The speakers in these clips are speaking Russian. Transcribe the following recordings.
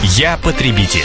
Я потребитель.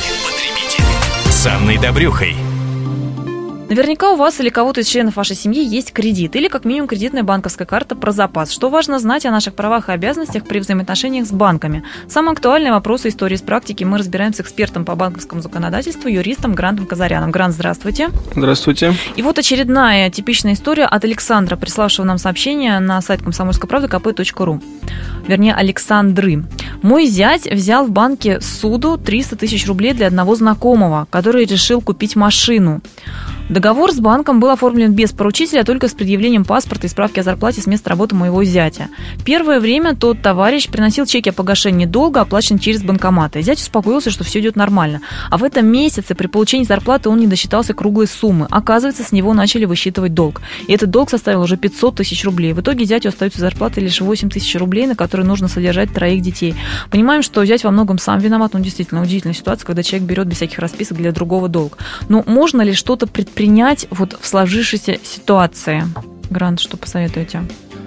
С Анной Добрюхой. Наверняка у вас или кого-то из членов вашей семьи есть кредит или как минимум кредитная банковская карта про запас. Что важно знать о наших правах и обязанностях при взаимоотношениях с банками? Самые актуальные вопросы истории с практики мы разбираем с экспертом по банковскому законодательству, юристом Грантом Казаряном. Грант, здравствуйте. Здравствуйте. И вот очередная типичная история от Александра, приславшего нам сообщение на сайт комсомольской правды kp.ru. Вернее, Александры. Мой зять взял в банке суду 300 тысяч рублей для одного знакомого, который решил купить машину. Договор с банком был оформлен без поручителя, только с предъявлением паспорта и справки о зарплате с места работы моего зятя. Первое время тот товарищ приносил чеки о погашении долга, оплаченные через банкоматы. Зять успокоился, что все идет нормально. А в этом месяце при получении зарплаты он не досчитался круглой суммы. Оказывается, с него начали высчитывать долг. И этот долг составил уже 500 тысяч рублей. В итоге зятю остается зарплата лишь 8 тысяч рублей, на которые нужно содержать 3 детей. Понимаем, что зять во многом сам виноват. Ну, действительно, удивительная ситуация, когда человек берет без всяких расписок для другого долг. Но можно ли что-то предпринять вот в сложившейся ситуации? Грант, что посоветуете?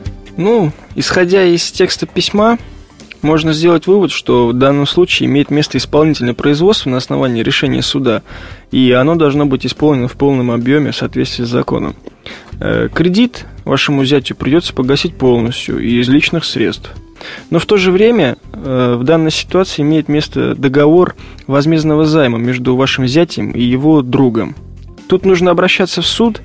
Исходя из текста письма, можно сделать вывод, что в данном случае имеет место исполнительное производство на основании решения суда, и оно должно быть исполнено в полном объеме в соответствии с законом. Кредит вашему зятю придется погасить полностью и из личных средств. Но в то же время в данной ситуации имеет место договор возмездного займа между вашим зятем и его другом. Тут нужно обращаться в суд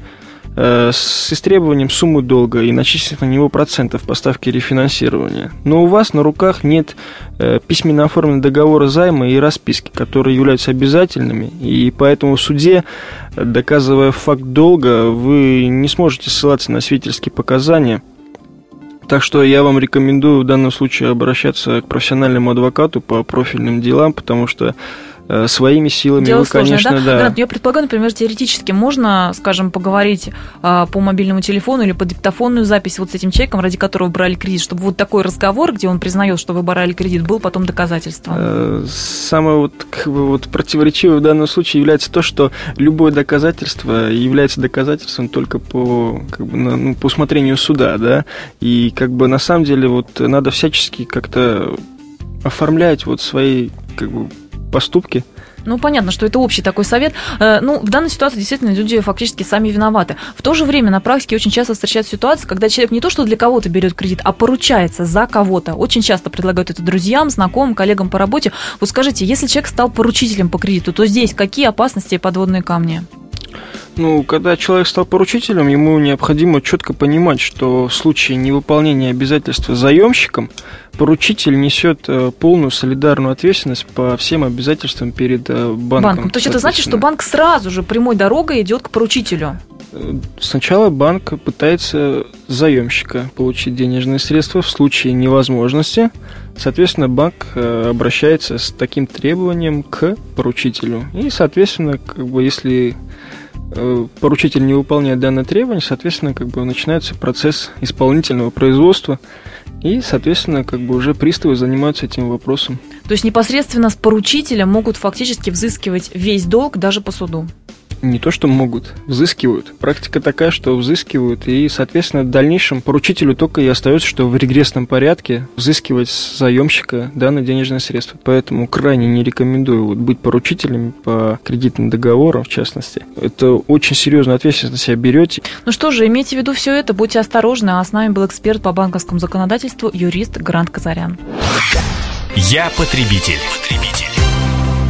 с истребованием суммы долга и начислить на него процентов по ставке рефинансирования. Но у вас на руках нет письменно оформленного договора займа и расписки, которые являются обязательными, и поэтому в суде, доказывая факт долга, вы не сможете ссылаться на свидетельские показания. Так что я вам рекомендую в данном случае обращаться к профессиональному адвокату по профильным делам, потому что своими силами дело вы, сложное, конечно, да. Грант, я предполагаю, например, теоретически можно, скажем, поговорить по мобильному телефону или по диктофонную запись вот с этим человеком, ради которого брали кредит, чтобы вот такой разговор, где он признает, что вы брали кредит, был потом доказательством. Самое противоречивое в данном случае является то, что любое доказательство является доказательством только по усмотрению суда, да, и на самом деле надо всячески как-то оформлять свои поступки. Понятно, что это общий такой совет. В данной ситуации действительно люди фактически сами виноваты. В то же время на практике очень часто встречаются ситуации, когда человек не то что для кого-то берет кредит, а поручается за кого-то. Очень часто предлагают это друзьям, знакомым, коллегам по работе. Вот скажите, если человек стал поручителем по кредиту, то здесь какие опасности и подводные камни? Когда человек стал поручителем, ему необходимо четко понимать, что в случае невыполнения обязательства заемщиком поручитель несет полную солидарную ответственность по всем обязательствам перед банком. То есть это значит, что банк сразу же прямой дорогой идет к поручителю? Сначала банк пытается заемщика получить денежные средства в случае невозможности. Соответственно, банк обращается с таким требованием к поручителю. И, соответственно, если поручитель не выполняет данное требование, соответственно, начинается процесс исполнительного производства, и, соответственно, уже приставы занимаются этим вопросом. То есть непосредственно с поручителя могут фактически взыскивать весь долг даже по суду? Не то, что могут, взыскивают. Практика такая, что взыскивают, и, соответственно, в дальнейшем поручителю только и остается, что в регрессном порядке взыскивать с заемщика данные денежные средства. Поэтому крайне не рекомендую быть поручителем по кредитным договорам, в частности. Это очень серьезную ответственность на себя берете. Что же, имейте в виду все это, будьте осторожны. А с нами был эксперт по банковскому законодательству, юрист Грант Казарян. Я потребитель.